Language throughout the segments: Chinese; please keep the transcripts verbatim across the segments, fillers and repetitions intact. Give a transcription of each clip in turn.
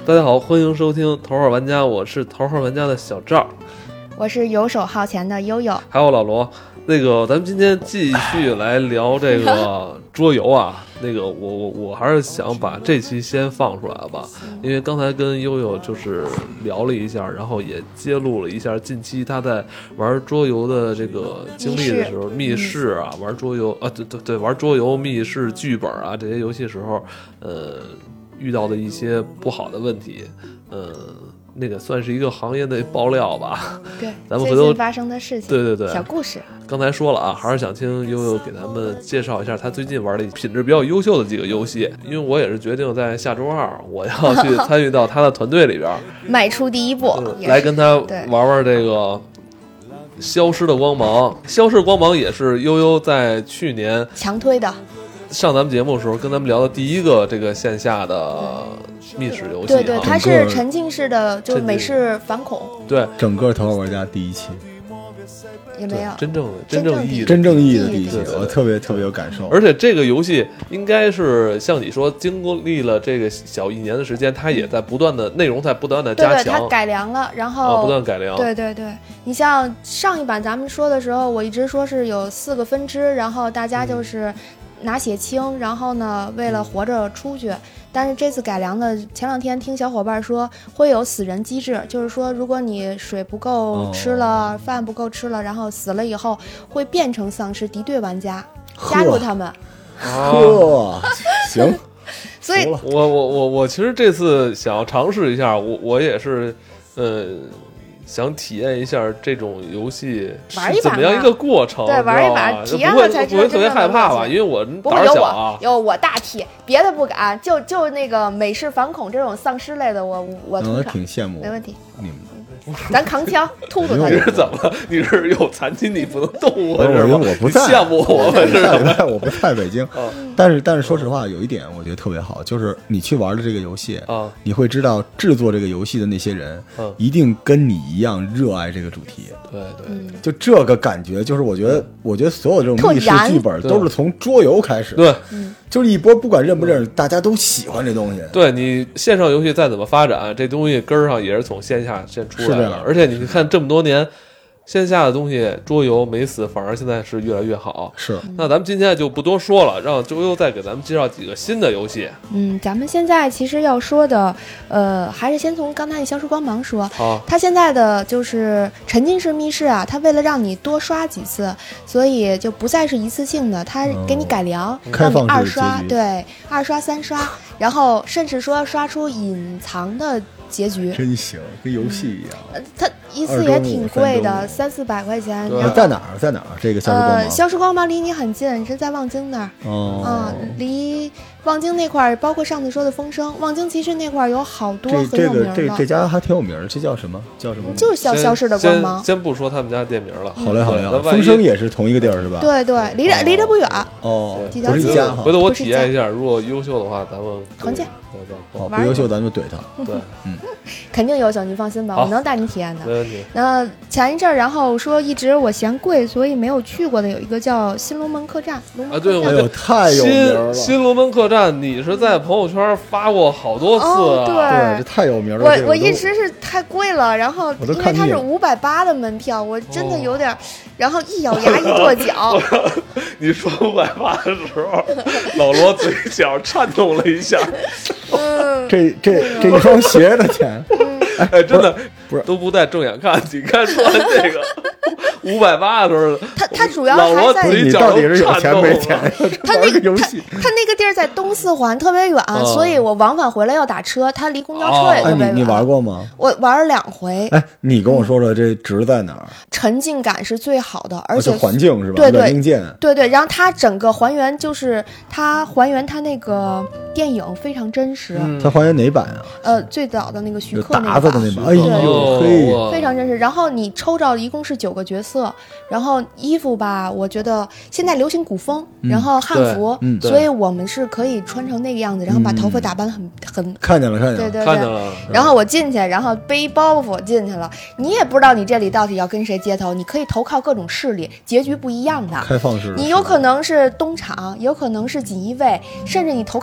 大家好，欢迎收听头号玩家，我是头号玩家的小赵， 我是游手好闲的悠悠， 还有老罗。那个，咱们今天继续来聊这个桌游啊。那个，我我我还是想把这期先放出来吧，因为刚才跟悠悠就是聊了一下，然后也揭露了一下近期他在玩桌游的这个经历的时候，密室啊，玩桌游啊，对对对，玩桌游、密室、剧本啊这些游戏时候，呃，遇到的一些不好的问题，呃。那个算是一个行业的爆料吧， 对， 咱们回头最近发生的事情， 对对对， 小故事。 刚才说了啊，还是想听悠悠给咱们介绍一下他最近玩的品质比较优秀的几个游戏，因为我也是决定在下周二我要去参与到他的团队里边， 迈出第一步， 嗯、来跟他玩玩这个消失的光芒。消失光芒也是悠悠在去年强推的。 上咱们节目的时候跟咱们聊的第一个这个线下的密室游戏， 对对，它是沉浸式的，就美式反恐。 对， 整个头号玩家第一期也没有真正真正意义真正意义的第一期，我特别特别有感受。 而且这个游戏应该是像你说，经历了这个小一年的时间，它也在不断的内容在不断的加强， 对对，它改良了，然后、 啊、不断改良。 对对对，你像上一版咱们说的时候，我一直说是有四个分支，然后大家就是拿血清，然后呢为了活着出去。但是这次改良的，前两天听小伙伴说会有死人机制，就是说如果你水不够吃了、哦、饭不够吃了，然后死了以后会变成丧尸敌对玩家，加入他们。 呵，行。 所以我我我我其实这次想要尝试一下，我我也是呃想体验一下这种游戏是怎么样一个过程， 对，玩一把体验了才知道， 不会特别害怕吧？因为我胆小啊， 有我有我大体，别的不敢，就就那个美式反恐这种丧尸类的，我我通常挺羡慕， 没问题。 你们。 咱扛枪突突他。 你是怎么了？你是有残疾，你不能动我是吗？我不在， 羡慕我们是吧？我不在北京，哦、但是但是说实话，有一点我觉得特别好，就是你去玩的这个游戏， 哦、 你会知道制作这个游戏的那些人， 嗯、 一定跟你一样热爱这个主题。 对对， 嗯、 就这个感觉，就是我觉得，我觉得所有这种密室剧本都是从桌游开始， 对， 嗯、 就是一波不管认不认识，大家都喜欢这东西。 对你线上游戏再怎么发展，这东西根儿上也是从线下先出来的，而且你看这么多年。线下的东西桌游没死，反而现在是越来越好。 是， 那咱们今天就不多说了，让周悠再给咱们介绍几个新的游戏。 嗯，咱们现在其实要说的，呃，还是先从刚才的消失光芒说。 好， 它现在的就是沉浸式密室啊，它为了让你多刷几次，所以就不再是一次性的，它给你改良， 嗯、 让你二刷，对，二刷三刷，然后甚至说刷出隐藏的结局。 真行，跟游戏一样。 呃，它一次也挺贵的，三四百块钱。 在哪儿？在哪儿？这个消失光芒？ 呃，消失光芒离你很近，是在望京那儿。 哦。 嗯，离望京那块儿，包括上次说的风声，望京其实那块儿有好多很有名的。 这个这这家还挺有名，这叫什么？叫什么？ 就是消消失的光芒。 先, 先不说他们家店名了。 好嘞好嘞。风声也是同一个地儿是吧？ 对对，离着、哦、离着不远。 哦， 不是一家。 回头我体验一下，如果优秀的话，咱们团建。 哦，不优秀咱就怼他。 对， 嗯，肯定优秀，你放心吧，我能带你体验的。 没问题。 那前一阵儿，然后说一直我嫌贵，所以没有去过的有一个叫新龙门客栈。 啊，对， 哎呦，太有名了！ 新新龙门客栈，你是在朋友圈发过好多次啊？ 哦、对, 对，这太有名了。 我我一直是太贵了，然后因为它是五百八的门票，我真的有点，哦、然后一咬牙一跺脚。 你说五百八的时候，老罗嘴角颤动了一下。 嗯， 这这这一双鞋的钱， 哎，真的不是都不带正眼看。你看说完这个五百八的时候， 他他主要还在你到底是有钱没钱？ 他那个游戏， 他他那个地儿在东四环，特别远， 嗯、 所以我往返回来要打车，他离公交车也特别远。 哦哎、你你玩过吗？ 我玩了两回。 哎，你跟我说说这值在哪儿？ 沉浸感是最好的，而且环境是吧？ 对对对对，然后它整个还原就是它还原它那个电影非常真实。 嗯、 它还原哪版啊？ 呃，最早的那个徐克那个版， 的那版，哎呦嘿， 非常真实。然后你抽着一共是九个角色，然后衣服吧，我觉得现在流行古风， 嗯、 然后汉服， 嗯、 所以我们是可以穿成那个样子，然后把头发打扮很、嗯、很看见了，看见了， 对对对，看见了。 然后我进去，然后背包袱进去了，你也不知道你这里到底要跟谁接头，你可以投靠各种势力，结局不一样的， 开放式。 你有可能是东厂，有可能是锦衣卫，甚至你投靠老板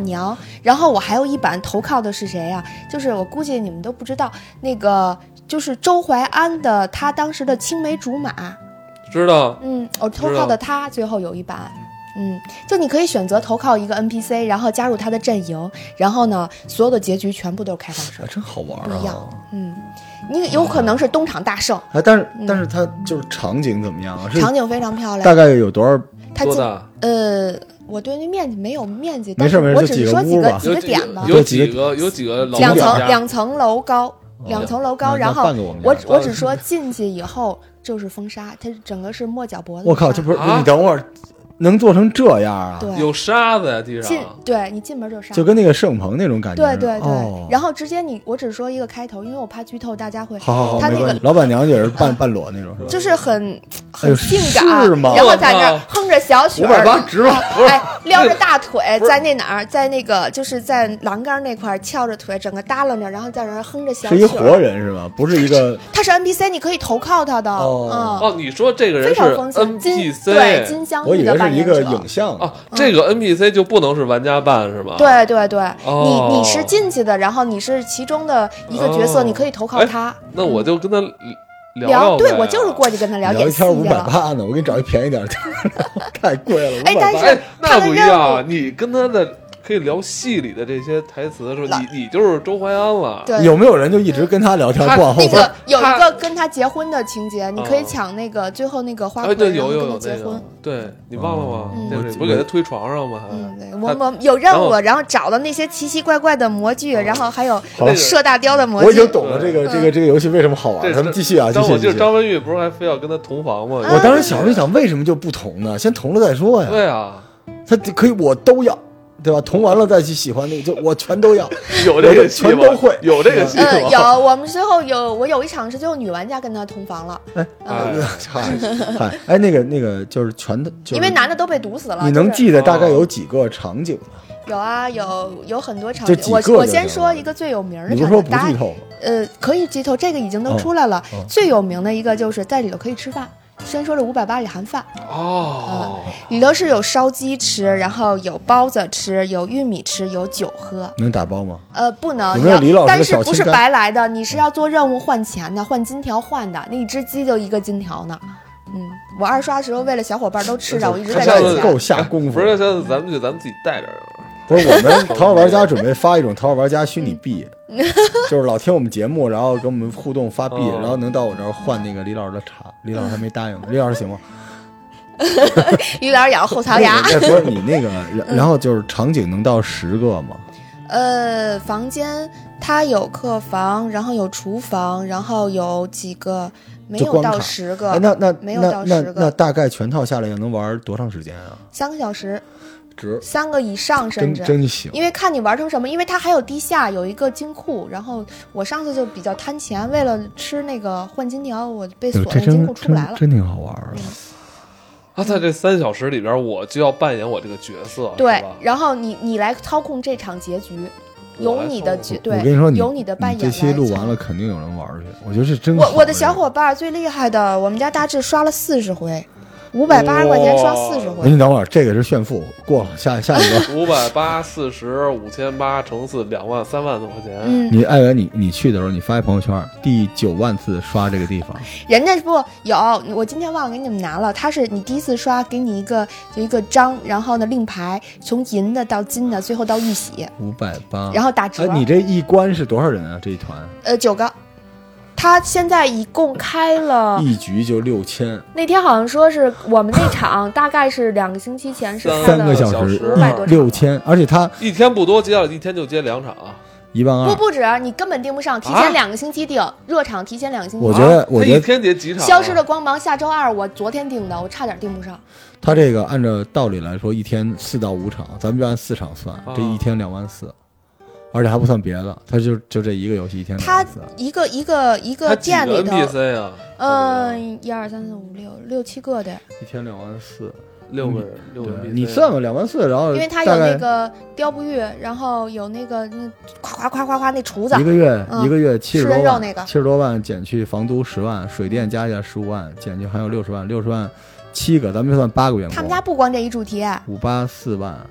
娘，然后我还有一版投靠的是谁呀、啊？就是我估计你们都不知道，那个就是周淮安的他当时的青梅竹马， 知道？ 嗯，我投靠的他最后有一版。嗯，就你可以选择投靠一个 N P C， 然后加入他的阵营，然后呢，所有的结局全部都是开放式， 真好玩啊！ 不一样，嗯，你有可能是东厂大胜， 哎，但是、嗯、但是它就是场景怎么样啊？ 场景非常漂亮， 大概有多少？ 它多大？ 呃，我对那面积没有面积， 没事没事， 我只是说几个几个点吧， 有几个有几个两层两层楼高，两层楼高，然后我我只说进去以后就是风沙，它整个是摸脚脖子。 我靠，这不是、啊、你等会儿。能做成这样啊？ 对， 有沙子呀，地上。 对你进门就沙， 就跟那个摄影棚那种感觉。 对对对、 哦， 然后直接你，我只说一个开头，因为我怕剧透，大家会。 好好好， 他那个老板娘也是半、嗯、半裸那种，是吧？ 就是很很性感， 哎、是吗？ 然后在那哼着小曲儿， 五百八值吗？ 哎，撩着大腿，在那哪儿，在那个就是在栏杆那块翘着腿，整个耷拉着，然后在那哼着小曲儿。 是一活人是吧？不是一个。 他是 N P C， 你可以投靠他的。 哦、 嗯、 哦，你说这个人是 N P C， 对，金镶玉的扮演者。 我以为是一个影像。 哦，这个 N P C 就不能是玩家扮是吧？ 对对对， 哦、 你你是进去的，然后你是其中的一个角色，哦、你可以投靠他。 那我就跟他聊聊，对我就是过去跟他聊， 聊一天五百八呢，我给你找一便宜点的，太贵了。 哎，但是那不一样，你跟他的。可以聊戏里的这些台词的时候，你你就是周淮安了。 对， 有没有人就一直跟他聊天不往后那个有一个跟他结婚的情节，你可以抢那个最后那个花魁， 哎，对，有有有跟他结婚。 对你忘了吗？ 嗯， 对，不给他推床上吗？ 嗯，对，我们有任务，然后找到那些奇奇怪怪的模具，然后还有射大雕的模具。 我已经懂了这个这个这个游戏为什么好玩。咱们继续啊，继续。 我记得张文玉不是还非要跟他同房吗？ 我当时想了想，为什么就不同呢？先同了再说呀。 对啊， 他可以，我都要。对吧？同完了再去喜欢那个，就我全都要， 有这个全都会， 有这个戏吗？ 嗯，有。我们最后有，我有一场是最后女玩家跟他同房了。 哎，嗨嗨，哎，那个那个就是全的， 因为男的都被毒死了。 你能记得大概有几个场景吗？ 有啊，有有很多场景。 我我先说一个最有名的场景。 你不是说不剧透？ 呃，可以剧透，这个已经都出来了。最有名的一个就是在里头可以吃饭。先说这五百八里含饭哦、 嗯，里头是有烧鸡吃，然后有包子吃，有玉米吃，有酒喝。 能打包吗？ 呃，不能。 有没有李老师但是不是白来的？你是要做任务换钱的，换金条换的。那一只鸡就一个金条呢。嗯，我二刷的时候为了小伙伴都吃着，我一直在赚钱。 够下功夫。 不是，下次咱们就咱们自己带着。 不是，我们淘宝玩家准备发一种淘宝玩家虚拟币，就是老听我们节目，然后跟我们互动发币， 哦、 然后能到我这儿换那个李老师的茶。李老师还没答应，李老师行吗？ 李老师咬后槽牙。 不是你那个，然后就是场景能到十个吗？ 呃，房间它有客房，然后有厨房，然后有几个没有到十个。 哎、那那没有到十个那，那大概全套下来要能玩多长时间啊？ 三个小时。 值三个以上，甚至真行， 因为看你玩成什么，因为它还有地下有一个金库，然后我上次就比较贪钱，为了吃那个换金条，我被锁在金库出不来了， 真挺好玩的。 嗯、 啊，在这三小时里边，我就要扮演我这个角色， 对，然后你你来操控这场结局。有你的角对， 我跟你说， 有你的扮演。 这期录完了，肯定有人玩去。我觉得是真。 我我的小伙伴最厉害的，我们家大志刷了四十回。五百八十块钱刷四十回， 你等会儿，这个是炫富，过了，下下一个。 五百八四十五千八乘四两万三万多块钱。 嗯， 你艾文，你你去的时候，你发一朋友圈，第九万次刷这个地方。 人家不有，我今天忘了给你们拿了。他是你第一次刷，给你一个就一个章，然后呢令牌，从银的到金的，最后到玉玺。 五百八， 然后打折。 哎，你这一关是多少人啊？这一团？ 呃，九个。他现在一共开了一局就六千。 那天好像说是我们那场大概是两个星期前是三个小时五百多六千，而且他一天不多接了，一天就接两场， 一万二。 不不止，你根本订不上，提前两个星期订，啊、热场提前两个星期。 我觉得，我觉得一天接几场、啊。 消失的光芒下周二，我昨天订的，我差点订不上。 他这个按照道理来说，一天四到五场，咱们就按四场算，这一天两万四。而且还不算别的，他就就这一个游戏一天。 他一个一个一个店里头， N P C 啊， 嗯，一二三四五六六七个的， 一天两万四， 六个人，六个人， 你算吧，两万四，然后因为他有那个雕不玉，然后有那个那夸夸夸夸夸那厨子， 一个月、 嗯、 一个月七十多万， 那个七十多万减去房租十万，水电加起来十五万，减去还有六十万，六十万七个，咱们就算八个员工。 他们家不光这一主题， 五八四万。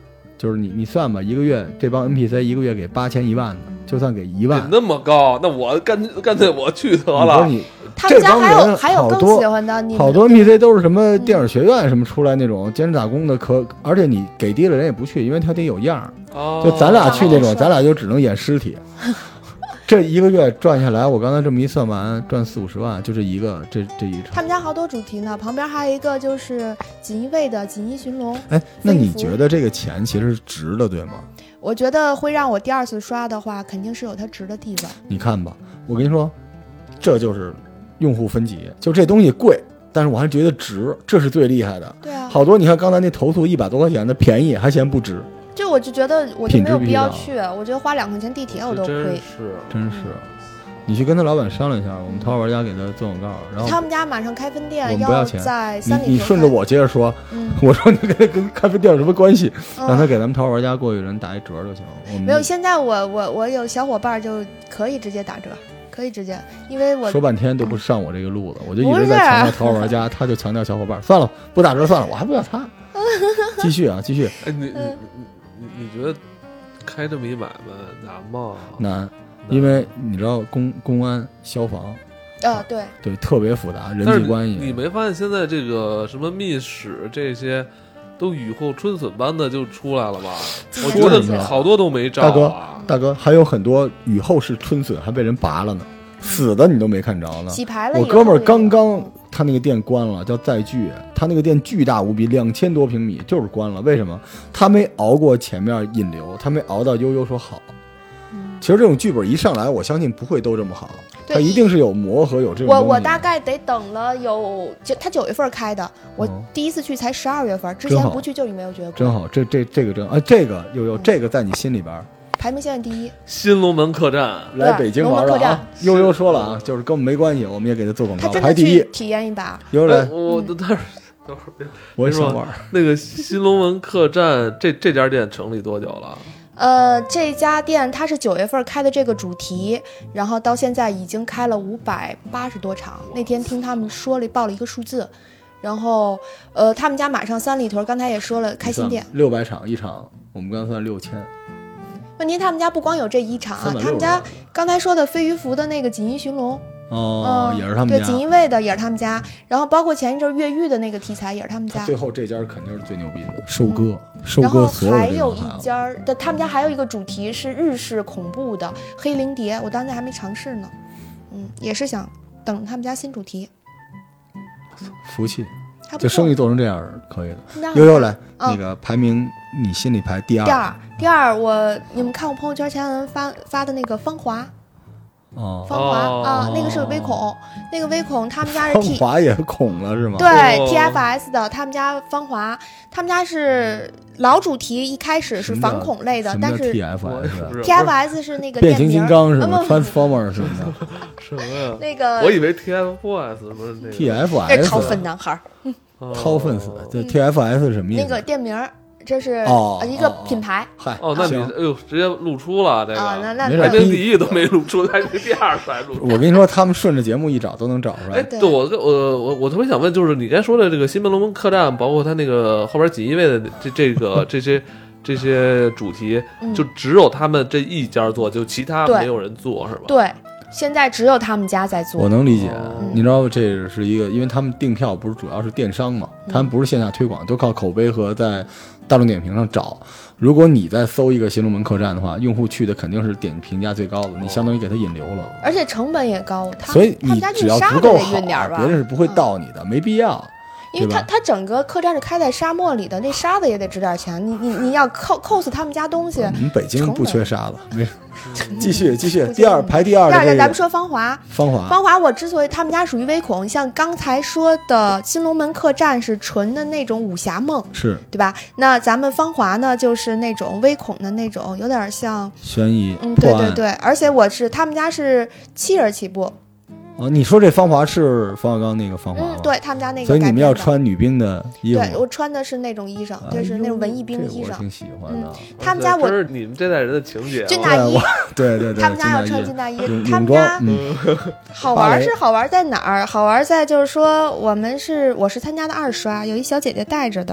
就是你你算吧，一个月这帮 N P C 一个月给八千一万的，就算给一万， 那么高，那我干干脆我去得了。 你他们家还有还有更喜欢的，你好多 N P C 都是什么电影学院什么出来那种兼职打工的，可而且你给低了人也不去，因为他得有样儿。 哦， 就咱俩去那种，咱俩就只能演尸体。这一个月赚下来，我刚才这么一算完，赚四五十万，就这一个这这一场。 他们家好多主题呢，旁边还有一个就是锦衣卫的锦衣寻龙。 哎，那你觉得这个钱其实是值的，对吗？ 我觉得会让我第二次刷的话，肯定是有它值的地方。 你看吧，我跟你说，这就是用户分级，就这东西贵，但是我还觉得值，这是最厉害的。 对啊， 好多你看刚才那投诉一百多块钱的便宜，还嫌不值。 就我就觉得我就没有必要去，我觉得花两块钱地铁我都亏。 是， 真是。你去跟他老板商量一下，我们淘宝玩家给他做广告，然后他们家马上开分店， 要要在三里屯。 你你顺着我接着说， 嗯、 我说你跟他跟开分店有什么关系？嗯、让他给咱们淘宝玩家过去人打一折就行。我没有，现在我我我有小伙伴就可以直接打折，可以直接，因为我说半天都不上我这个路子，我就一直在强调淘宝玩家，他就强调小伙伴。算了，不打折算了，我还不要他。继续啊，继续。 哎，你你你你觉得开这么一买卖难吗？ 难。因为你知道公公安消防啊，对对，特别复杂，人际关系。 你没发现现在这个什么密室这些都雨后春笋般的就出来了吗？我觉得好多都没招、啊。 大哥，大哥，还有很多雨后是春笋还被人拔了呢，死的你都没看着呢。 洗牌了。 我哥们儿刚刚他那个店关了，叫载具，他那个店巨大无比，两千多平米，就是关了。为什么？他没熬过前面引流，他没熬到悠悠说好。其实这种剧本一上来，我相信不会都这么好，它一定是有磨合，有这种东西。 我我大概得等了有，就他九月份开的，我第一次去才十二月份，之前不去就没有觉得真好。这这这个真啊，这个有有这个在你心里边排名现在第一。 新龙门客栈来北京玩了啊！悠悠说了啊，就是跟我们没关系，我们也给他做广告，排第一， 体验一把。 悠悠来， 我但是等会儿我也想玩那个新龙门客栈，这这家店成立多久了？ 呃，这家店它是九月份开的这个主题，然后到现在已经开了五百八十多场。那天听他们说了报了一个数字，然后呃，他们家马上三里屯，刚才也说了开新店， 六百场一场，我们刚才算六千。 问题他们家不光有这一场啊，他们家刚才说的飞鱼服的那个锦衣寻龙。 哦、嗯，也是他们家。 对，锦衣卫的也是他们家，然后包括前一阵越狱的那个题材也是他们家。 最后这家肯定是最牛逼的，收割，嗯、收割所有的。 然后还有一家的，他们家还有一个主题是日式恐怖的黑灵蝶，我当时还没尝试呢，嗯，也是想等他们家新主题。 服气，这生意做成这样可以的。悠悠来， 嗯、 那个排名你心里排第二。 第二，第二，我你们看我朋友圈前两天发发的那个芳华。 哦， 芳华、哦、啊，那个是微恐，那个微恐他们家是 T 芳华也恐了是吗？ 对、哦、T F S 的，他们家芳华，他们家是老主题，一开始是反恐类的，但是 T F S T F S 是那个变形金刚是吗 ？Transformer 是吗？ 什么呀？ 那个我以为 T F S 不是那个 T F S， 这掏粪男孩， 掏粪死，这 T F S 是什么意思？ 那个店名。这是一个品牌。 嗨、 哦，哦，那你哎呦，直接露出了这个， 啊、那那排名第一都没露出，排名第二才露出。 我跟你说，他们顺着节目一找都能找出来。 哎，对我我我我特别想问，就是你刚才说的这个新门龙门客栈，包括他那个后边锦衣卫的这这个这些这些主题， 嗯、 就只有他们这一家做，就其他没有人做，是吧？ 对。现在只有他们家在做， 我能理解。 嗯、 你知道这是一个，因为他们订票不是主要是电商嘛， 嗯、 他们不是线下推广，都靠口碑和在大众点评上找。如果你在搜一个新龙门客栈的话，用户去的肯定是点评价最高的，你相当于给他引流了， 而且成本也高。 所以你只要足够好，别人是不会盗你的， 嗯、 没必要。 因为他他整个客栈是开在沙漠里的，那沙子也得值点钱。你你你要扣扣死他们家东西。 我们北京不缺沙子，没。继续继续，第二排第二的、这个。 第二个咱们说芳华， 芳华， 芳华，我之所以他们家属于微恐，像刚才说的新龙门客栈是纯的那种武侠梦， 是对吧？那咱们芳华呢，就是那种微恐的那种，有点像悬疑， 嗯，对对对，而且我是他们家是七人起步。 哦，你说这芳华是冯小刚那个芳华、 嗯，对他们家那个， 所以你们要穿女兵的衣服。 对，我穿的是那种衣裳，哎、就是那种文艺兵的衣裳。 我挺喜欢的。 嗯、他们家我这是你们这代人的情节。 军大衣， 对对对， 他们家要穿军大衣。他们家、 嗯、好玩是好玩在哪儿？好玩在就是说，我们是我是参加的二刷，有一小姐姐带着的。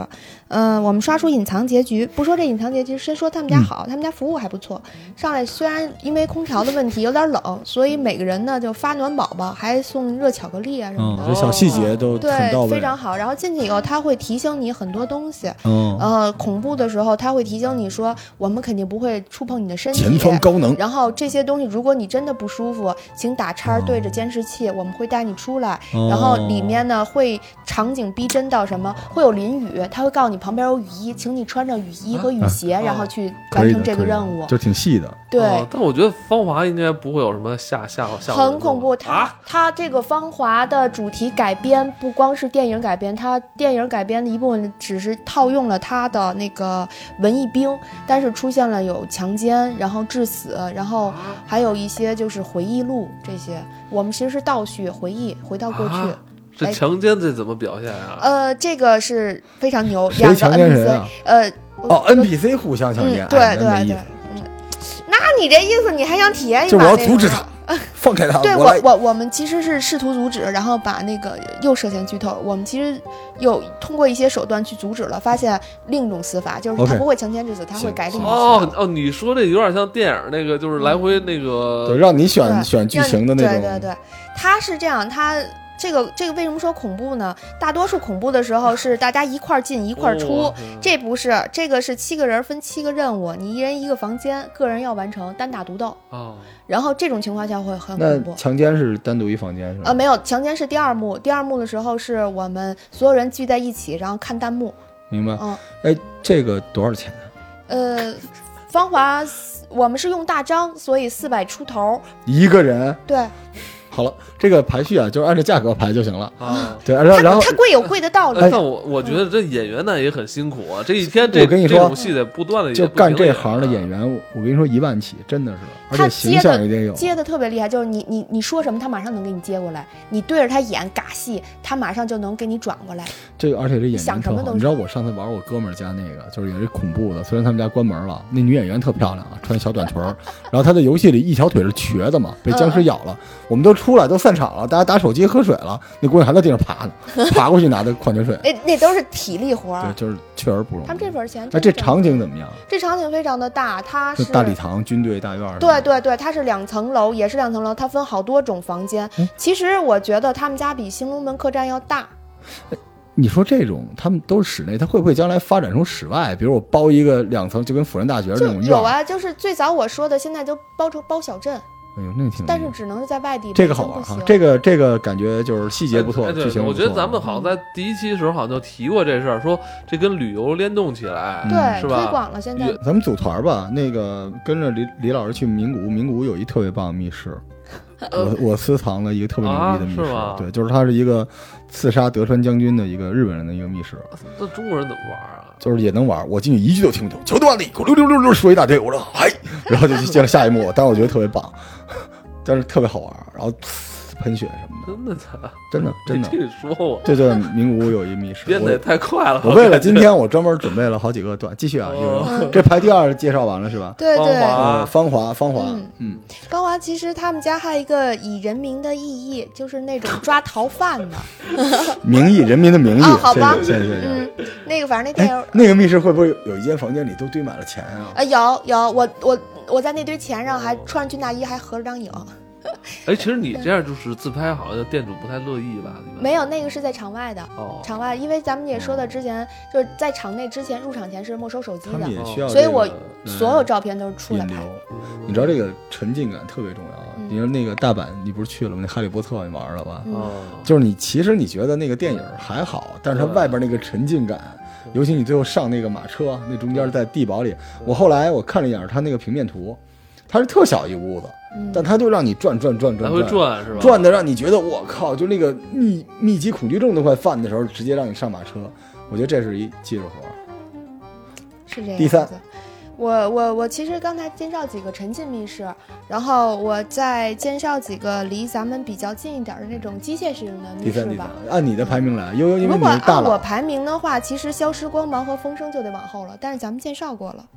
嗯、呃，我们刷出隐藏结局，不说这隐藏结局，先说他们家好，嗯、他们家服务还不错。上来虽然因为空调的问题有点冷，所以每个人呢就发暖宝宝，还送热巧克力啊什么的， 嗯、这小细节都很到位， 对，非常好。然后进去以后，他会提醒你很多东西。 嗯， 呃，恐怖的时候他会提醒你说，我们肯定不会触碰你的身体， 前方高能。 然后这些东西，如果你真的不舒服，请打叉对着监视器，哦、我们会带你出来。 哦、 然后里面呢会场景逼真到什么，会有淋雨，他会告诉你旁边有雨衣，请你穿着雨衣和雨鞋，啊、然后去完成这个任务， 就挺细的。 对、 哦，但我觉得芳华应该不会有什么吓吓吓， 很恐怖。它、 啊、 它这个芳华的主题改编不光是电影改编，它电影改编的一部分只是套用了它的那个文艺兵，但是出现了有强奸，然后致死，然后还有一些就是回忆录这些。我们其实是倒叙回忆，回到过去。啊这强奸这怎么表现呀、啊？ 呃，这个是非常牛， 两个 N P C， 呃， 哦 ，N P C 互相强奸， 嗯、对对对，嗯，那你这意思，你还想体验一把、那个？ 就我要阻止他，放开他。 对我我我我们其实是试图阻止，然后把那个又涉嫌剧透，我们其实有通过一些手段去阻止了，发现另一种死法，就是他不会强奸致死，他会改另一种。 哦哦，你说这有点像电影那个，就是来回那个， 对，让你选选剧情的那种。 对对对，他是这样，他。这个这个为什么说恐怖呢？大多数恐怖的时候是大家一块进一块出， 哦、 这不是，这个是七个人分七个任务，你一人一个房间，个人要完成，单打独斗。 哦， 然后这种情况下会很恐怖。 那强奸是单独一房间是吗？ 呃，没有，强奸是第二幕，第二幕的时候是我们所有人聚在一起，然后看弹幕。 明白。 嗯， 哎，这个多少钱？ 呃，芳华我们是用大张，所以四百出头一个人。 对。 好了，这个排序啊，就是按照价格排就行了啊。 对，然后然后它贵有贵的道理。 但我我觉得这演员呢也很辛苦啊，这一天这我跟你说， 这种戏得不断的就干这行的演员，我跟你说一万起，真的是，而且形象一定有， 接的特别厉害，就是你你你说什么，他马上能给你接过来，你对着他演尬戏，他马上就能给你转过来。 这个而且这演员想什么都是。 你知道我上次玩我哥们儿家那个，就是有一恐怖的，虽然他们家关门了，那女演员特漂亮啊，穿小短裙，然后她在游戏里一条腿是瘸的嘛，被僵尸咬了，嗯、我们都出来都散场了。大家打手机喝水了，那姑娘还在地上爬呢，爬过去拿的矿泉水。 那那都是体力活儿， 对，就是确实不容易。 他们这份钱， 哎，这场景怎么样？ 这场景非常的大，它是大礼堂、军队大院。 对对对，它是两层楼，也是两层楼，它分好多种房间。嗯、其实我觉得他们家比兴隆门客栈要大。 你说这种他们都是室内，他会不会将来发展成室外？比如我包一个两层，就跟辅仁大学这种院。 有啊，就是最早我说的，现在就包成包小镇。 哎呦，那挺， 但是只能是在外地， 这个好玩哈，这个这个感觉就是细节不错， 哎、 剧情不错。 我觉得咱们好像在第一期的时候好像就提过这事儿，说这跟旅游联动起来， 对， 是吧？ 推广了现在。 咱们组团吧，那个跟着李李老师去名古屋，名古屋有一特别棒的密室，我我私藏了一个特别牛逼的密室， 啊、 对，就是它是一个刺杀德川将军的一个日本人的一个密室。 那中国人怎么玩啊？ 就是也能玩，我进去一句都听不懂，求断力，溜溜溜溜说一大堆，我说哎，然后就进了下一幕，但我觉得特别棒。但是特别好玩，然后喷血什么的， 真的假的？ 真的真的。 你说我， 对对，名古屋有一密室， 编的也太快了。 我为了今天，我专门准备了好几个段，继续啊， 哦、 这排第二介绍完了是吧？ 对对， 呃、芳华芳华， 嗯嗯， 芳华其实他们家还有一个以人民的意义，就是那种抓逃犯的名义，人民的名义。 哦，好吧， 谢谢谢谢。 嗯，那个反正那电影， 那个密室会不会有一间房间里都堆满了钱啊？ 呃，有有，我我我在那堆钱上还穿着军大衣，还合了张影。 哎，其实你这样就是自拍，好像店主不太乐意吧？ 没有，那个是在场外的。 哦， 场外，因为咱们也说的，之前就是在场内之前入场前是没收手机的， 他们也需要、这个， 所以我所有照片都是出来拍。 你知道这个沉浸感特别重要。嗯、你说那个大阪，你不是去了吗？那哈利波特你玩了吧？ 哦、 嗯，就是你其实你觉得那个电影还好，但是它外边那个沉浸感。尤其你最后上那个马车，那中间在地堡里，我后来我看了一眼他那个平面图，它是特小一屋子， 嗯、 但它就让你转转转转， 来回转是吧？ 转的让你觉得我靠，就那个密密集恐惧症都快犯的时候，直接让你上马车，我觉得这是一技术活。 是这样。 第三， 我我我其实刚才介绍几个沉浸密室，然后我再介绍几个离咱们比较近一点的那种机械式的密室吧。 按你的排名来，悠悠，因为如果你是大佬。 按我排名的话，其实消失光芒和风声就得往后了，但是咱们介绍过了。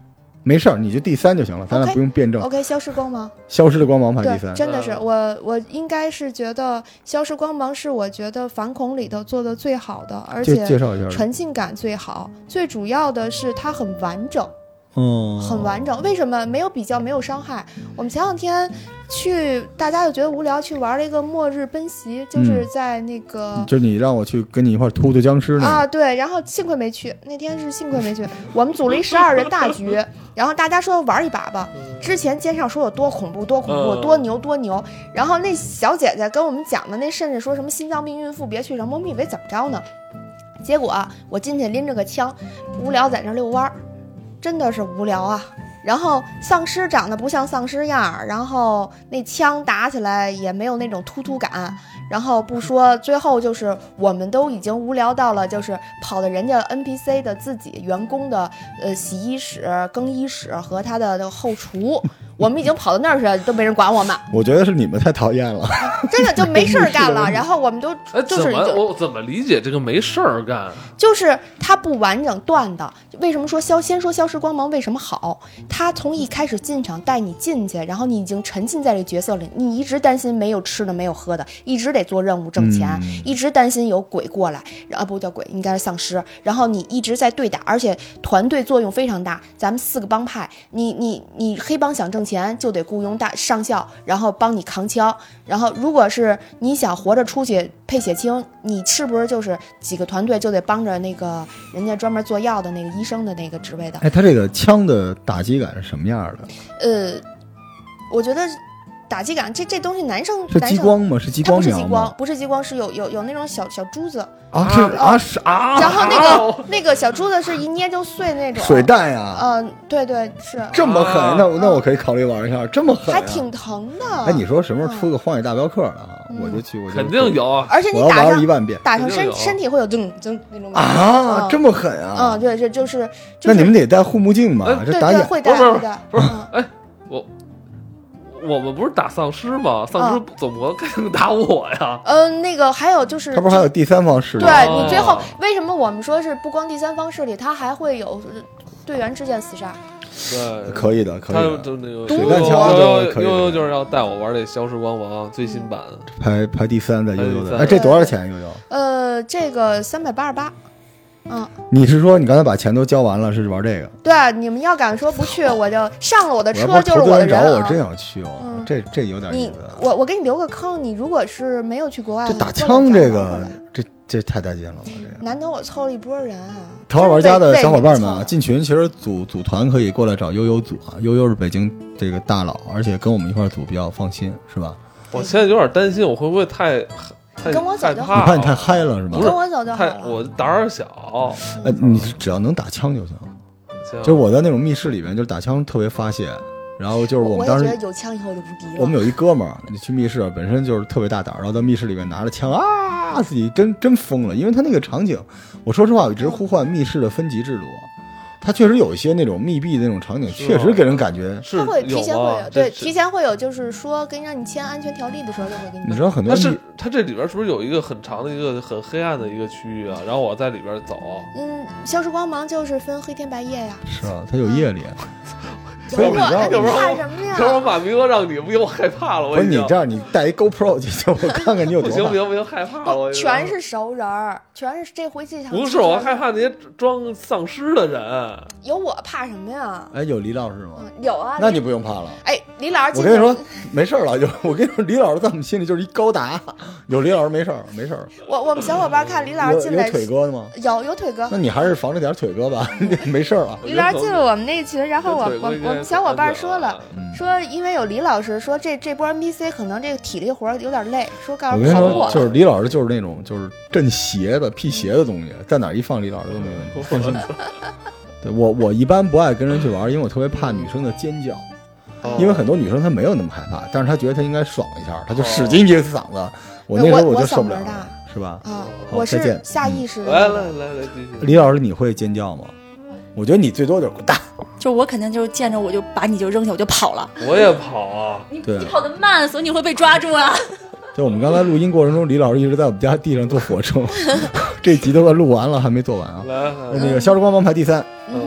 没事儿，你就第三就行了，咱俩 OK， 不用辩证。 OK， 消失光芒， 消失的光芒排第对， 三。 真的是我我应该是觉得消失光芒是我觉得反恐里头做的最好的，而且介绍一下沉浸感最好，最主要的是它很完整。 哦， 很完整。为什么没有比较，没有伤害？我们前两天去，大家就觉得无聊，去玩了一个末日奔袭，就是在那个， 嗯、就是你让我去跟你一块突突僵尸那啊，对，然后幸亏没去，那天是幸亏没去。我们组了一十二人大局，然后大家说玩一把吧。之前肩上说有多恐怖，多恐怖，多牛，多牛。然后那小姐姐跟我们讲的，那甚至说什么心脏病孕妇别去，什么我们以为怎么着呢？结果啊，我进去拎着个枪，无聊在那遛弯儿。真的是无聊啊，然后丧尸长得不像丧尸样，然后那枪打起来也没有那种突突感，然后不说最后就是我们都已经无聊到了，就是跑到人家 N P C 的自己员工的呃洗衣室、更衣室和他的后厨。我们已经跑到那儿去了，都没人管我们。 我觉得是你们太讨厌了， 真的就没事儿干了。然后我们都就是怎么我怎么理解这个没事儿干？ 就是它不完整断的。为什么说消先说消失光芒为什么好？它从一开始进场带你进去，然后你已经沉浸在这个角色里，你一直担心没有吃的没有喝的，一直得做任务挣钱，嗯、一直担心有鬼过来，然后不叫鬼，应该是丧尸。然后你一直在对打，而且团队作用非常大。咱们四个帮派，你你你黑帮想挣钱就得雇佣大上校，然后帮你扛枪。然后如果是你想活着出去配血清，你是不是就是几个团队就得帮着那个人家专门做药的那个医生的那个职位的？ 哎，他这个枪的打击感是什么样的？ 呃，我觉得打击感这这东西男生是激光吗？是激光苗吗？不是激光，不是激光，是有有有那种小小珠子啊，是啊是啊， 然后那个、啊、那个小珠子是一捏就碎那种水弹呀。 嗯、呃，对对是。 这么狠，啊、那那我可以考虑玩一下，这么狠、啊， 还挺疼的。 哎，你说什么时候出个荒野大镖客了啊？嗯、我就去，我就肯定有， 而且你打上一万遍， 打上身身体会有噔噔那种啊、嗯，这么狠啊！ 嗯，对，这就是。 那你们得戴护目镜嘛？ 这打眼会戴会戴， 不是？哎，我。我们不是打丧尸吗？丧尸怎么可能打我呀？ 嗯、呃，那个还有就是， 他不是还有第三方势力？ 对你最后为什么我们说是不光第三方势力，他还会有队员之间厮杀？ 对， 可以的，可以的。 他就那个水弹枪悠悠悠就是要带我玩这消失光芒最新版， 排排第三在悠悠的。哎，这多少钱？悠悠？ 呃，这个三百八十八。嗯， 你是说你刚才把钱都交完了，是玩这个？ 对，你们要敢说不去，我就上了我的车就是我的人、 啊。我真想去哦，嗯、这这有点意思。 我我给你留个坑，你如果是没有去国外， 这打枪这个，这这太带劲了，我这个。 难得我凑了一波人啊！ 桃花玩家的小伙伴们啊，进群其实组组团可以过来找悠悠组啊，悠悠是北京这个大佬，而且跟我们一块组比较放心，是吧？ 我现在有点担心，我会不会太。 跟我走就好， 你怕你太嗨了是吧？ 跟我走就好了。 我胆儿小， 哎，你只要能打枪就行。就是我在那种密室里面，就是打枪特别发泄。然后就是我们当时我也觉得有枪以后就不敌了。 我们有一哥们儿，你去密室本身就是特别大胆，然后在密室里面拿着枪啊，自己真真疯了。因为他那个场景，我说实话，我一直呼唤密室的分级制度。它确实有一些那种密闭的那种场景，确实给人感觉是它会提前会有对提前会有，就是说跟让你签安全条例的时候就会给你。 你知道很多它是它这里边是不是有一个很长的一个很黑暗的一个区域啊？然后我在里边走。 嗯，消失光芒就是分黑天白夜呀。 是啊，它有夜里。 所以你怕什么呀？ 要不然马明哥让你不给我害怕了，我不是你这样，你带一 GoPro 去，我看看你有多不行不行不行，害怕了。 全是熟人儿，全是这回这场。 不是我害怕那些装丧尸的人。 有我怕什么呀？ 哎，有李老师吗？ 嗯、有啊。 那你不用怕了。 哎，李老师， 我跟你说没事了，就我跟你说，李老师在我们心里就是一高达，有李老师没事没事。 我我们小伙伴看李老师进来有腿哥的吗？ 有有腿哥。 那你还是防着点腿哥吧，没事了。 李老师进了我们那个群，然后我我我们小伙伴说了。说因为有李老师说这这波 N P C 可能这个体力活有点累，说告诉我跟你说就是李老师就是那种就是镇邪的辟邪的东西，在哪一放李老师都没问题，放心。对我我一般不爱跟人去玩，因为我特别怕女生的尖叫，哦、因为很多女生她没有那么害怕，但是她觉得她应该爽一下，她就使劲一嗓子，哦、我那时候我就受不了了，是吧？ 啊，我是下意识的。 来来来来， 李老师你会尖叫吗？我觉得你最多就是滚蛋。 就我肯定就是见着我就把你就扔下我就跑了。 我也跑啊， 你你跑得慢，所以你会被抓住啊。 就我们刚才录音过程中，李老师一直在我们家地上做俯卧撑，这集都快录完了，还没做完啊。 来来， 那个消失光芒排第三。 嗯，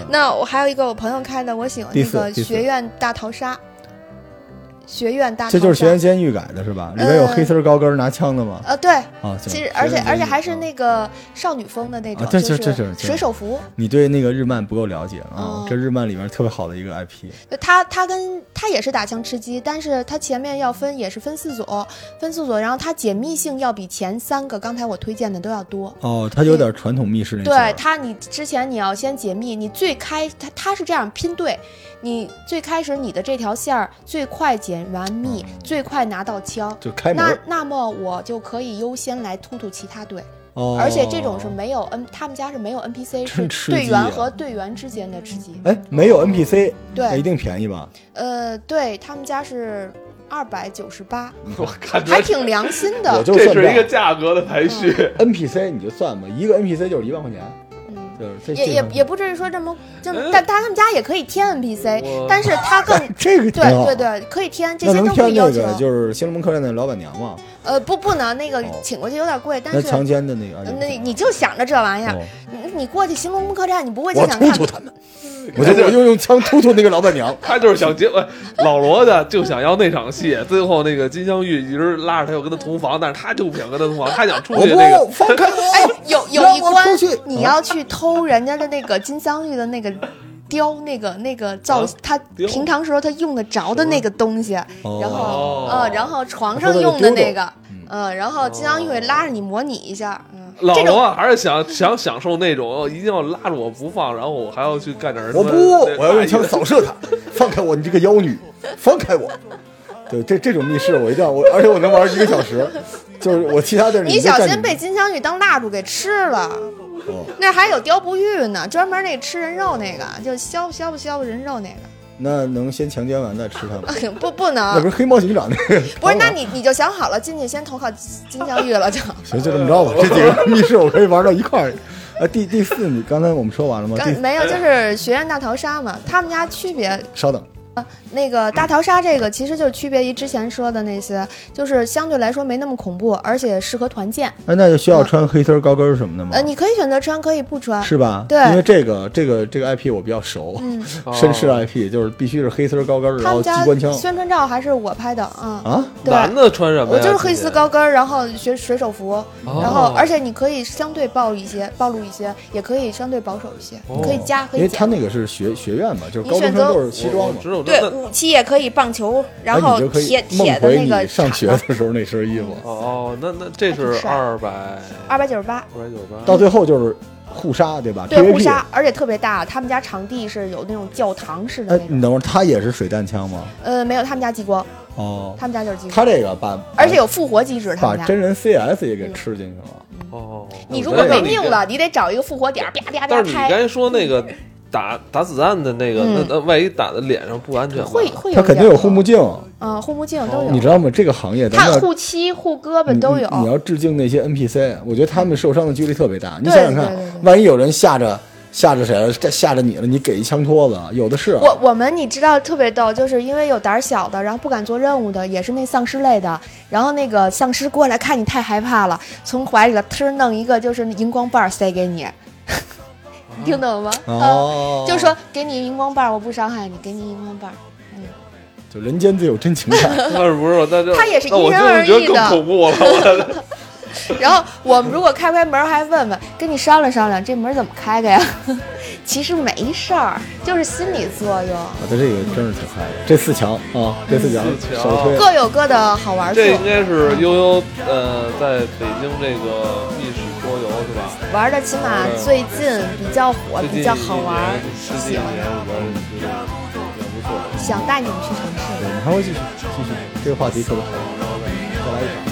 那我还有一个我朋友开的，我喜欢那个学院大逃杀。学院大逃杀， 这就是学院监狱改的是吧？里面有黑丝高跟拿枪的吗？ 呃，对， 啊， 其实而且而且还是那个少女风的那种， 这这这这水手服。 你对那个日漫不够了解啊？这日漫里面特别好的一个 I P。 他他跟他也是打枪吃鸡，但是他前面要分也是分四组，分四组，然后他解密性要比前三个刚才我推荐的都要多。 哦，他有点传统密室那种。 对他，你之前你要先解密，你最开他他是这样拼对。你最开始你的这条线儿最快解完密，嗯、最快拿到枪， 就开门。 那那么我就可以优先来突突其他队。 哦， 而且这种是没有 N， 他们家是没有 N P C， 是队员和队员之间的吃鸡。 哎，没有 N P C， 对， 一定便宜吧？ 呃，对他们家是二百九十八， 我看还挺良心的。 我就这是一个价格的排序。 嗯、N P C 你就算吧，一个 N P C 就是一万块钱。 也也也不至于说这么这么，但但他们家也可以添 N P C， 但是他更这个对对对可以添，这些都可以要求。 那能添那个就是新龙门客栈的老板娘吗？ 呃，不不能，那个请过去有点贵，但是强奸的那个， 那你就想着这玩意儿，你你过去新龙门客栈，你不会就想看？我突突他们，我就我就用枪突突那个老板娘， 他就是想结老罗的，就想要那场戏，最后那个金镶玉一直拉着他要跟他同房，但是他就不想跟他同房，他想出去那个。 放开我！ 哎，有有一关你要去偷人家的那个金镶玉的那个雕，那个那个造，他平常时候他用得着的那个东西，然后呃，然后床上用的那个，嗯，然后金镶玉会拉着你模拟一下，嗯， 老罗啊，还是想想享受那种一定要拉着我不放，然后我还要去干点什么？ 我不，我要用枪扫射他，放开我，你这个妖女，放开我！对，这这种密室我一定要我，而且我能玩一个小时，就是我其他地儿你小心被金镶玉当蜡烛给吃了。哦、那还有雕不玉呢，专门那个吃人肉那个，就削削不削不人肉那个。 那能先强奸完再吃它吗？ 不不能， 那不是黑猫警长那个？ 不是，那你你就想好了，进去先投靠金镶玉了就。 行，就这么着吧。这几个密室我可以玩到一块儿。啊，第第四，你刚才我们说完了吗？ 没有，就是学院大逃杀嘛，他们家区别。 稍等。 那个大逃杀这个其实就是区别于之前说的那些，就是相对来说没那么恐怖，而且适合团建。 哎，那就需要穿黑丝高跟什么的吗？ 呃，你可以选择穿，可以不穿， 是吧？ 对， 因为这个这个这个 I P 我比较熟，嗯，绅士 I P 就是必须是黑丝高跟，然后机关枪。 宣传照还是我拍的啊啊！ 男的穿什么呀？ 我就是黑丝高跟，然后学水手服，哦、然后而且你可以相对暴露一些，暴露一些，也可以相对保守一些，哦、可以加可以减。 因为他那个是学学院嘛，就是高中生都是西装嘛， 对，武器也可以棒球，然后铁铁的那个。 上学的时候那身衣服。 哦，那那这是二百二百九十八， 二百九十八， 到最后就是互杀，对吧？ 对，互杀，而且特别大。他们家场地是有那种教堂式的那种。 你等会儿，他也是水弹枪吗？ 呃，没有，他们家激光。 哦， 他们家就是激光。 他这个把， 而且有复活机制，他们家把真人 C S 也给吃进去了。 哦， 你如果没命了，你得找一个复活点，啪啪啪但是你刚才说那个。打打子弹的那个，嗯、那那万一打在脸上不安全吗？ 会会有， 他肯定有护目镜， 嗯，护目镜都有。 你知道吗？这个行业， 他护膝、护胳膊都有你。你要致敬那些 N P C， 我觉得他们受伤的几率特别大。你想想看，万一有人吓着吓着谁了，吓着你了，你给一枪托子，有的是。 我我们你知道特别逗，就是因为有胆小的，然后不敢做任务的，也是那丧尸类的，然后那个丧尸过来看你太害怕了，从怀里头忒弄一个就是荧光棒塞给你。你听懂了吗？ 哦、 嗯，就是说给你荧光棒，我不伤害你，给你荧光棒，嗯， 就人间自有真情感。 那是不是？那就他也是因人而异的。 更恐怖了。 然后我们如果开不开门，还问问，跟你商量商量，这门怎么开开呀？其实没事儿，就是心理作用。 我的这个真是挺嗨的，这四强啊，这四强首推， 各有各的好玩处。 这应该是悠悠呃，在北京这个密室桌游是吧？ 玩的起码最近比较火，比较好玩， 喜欢的，比较不错。 想带你们去尝试。 我们还会继续继续，这个话题特别好，再来一场。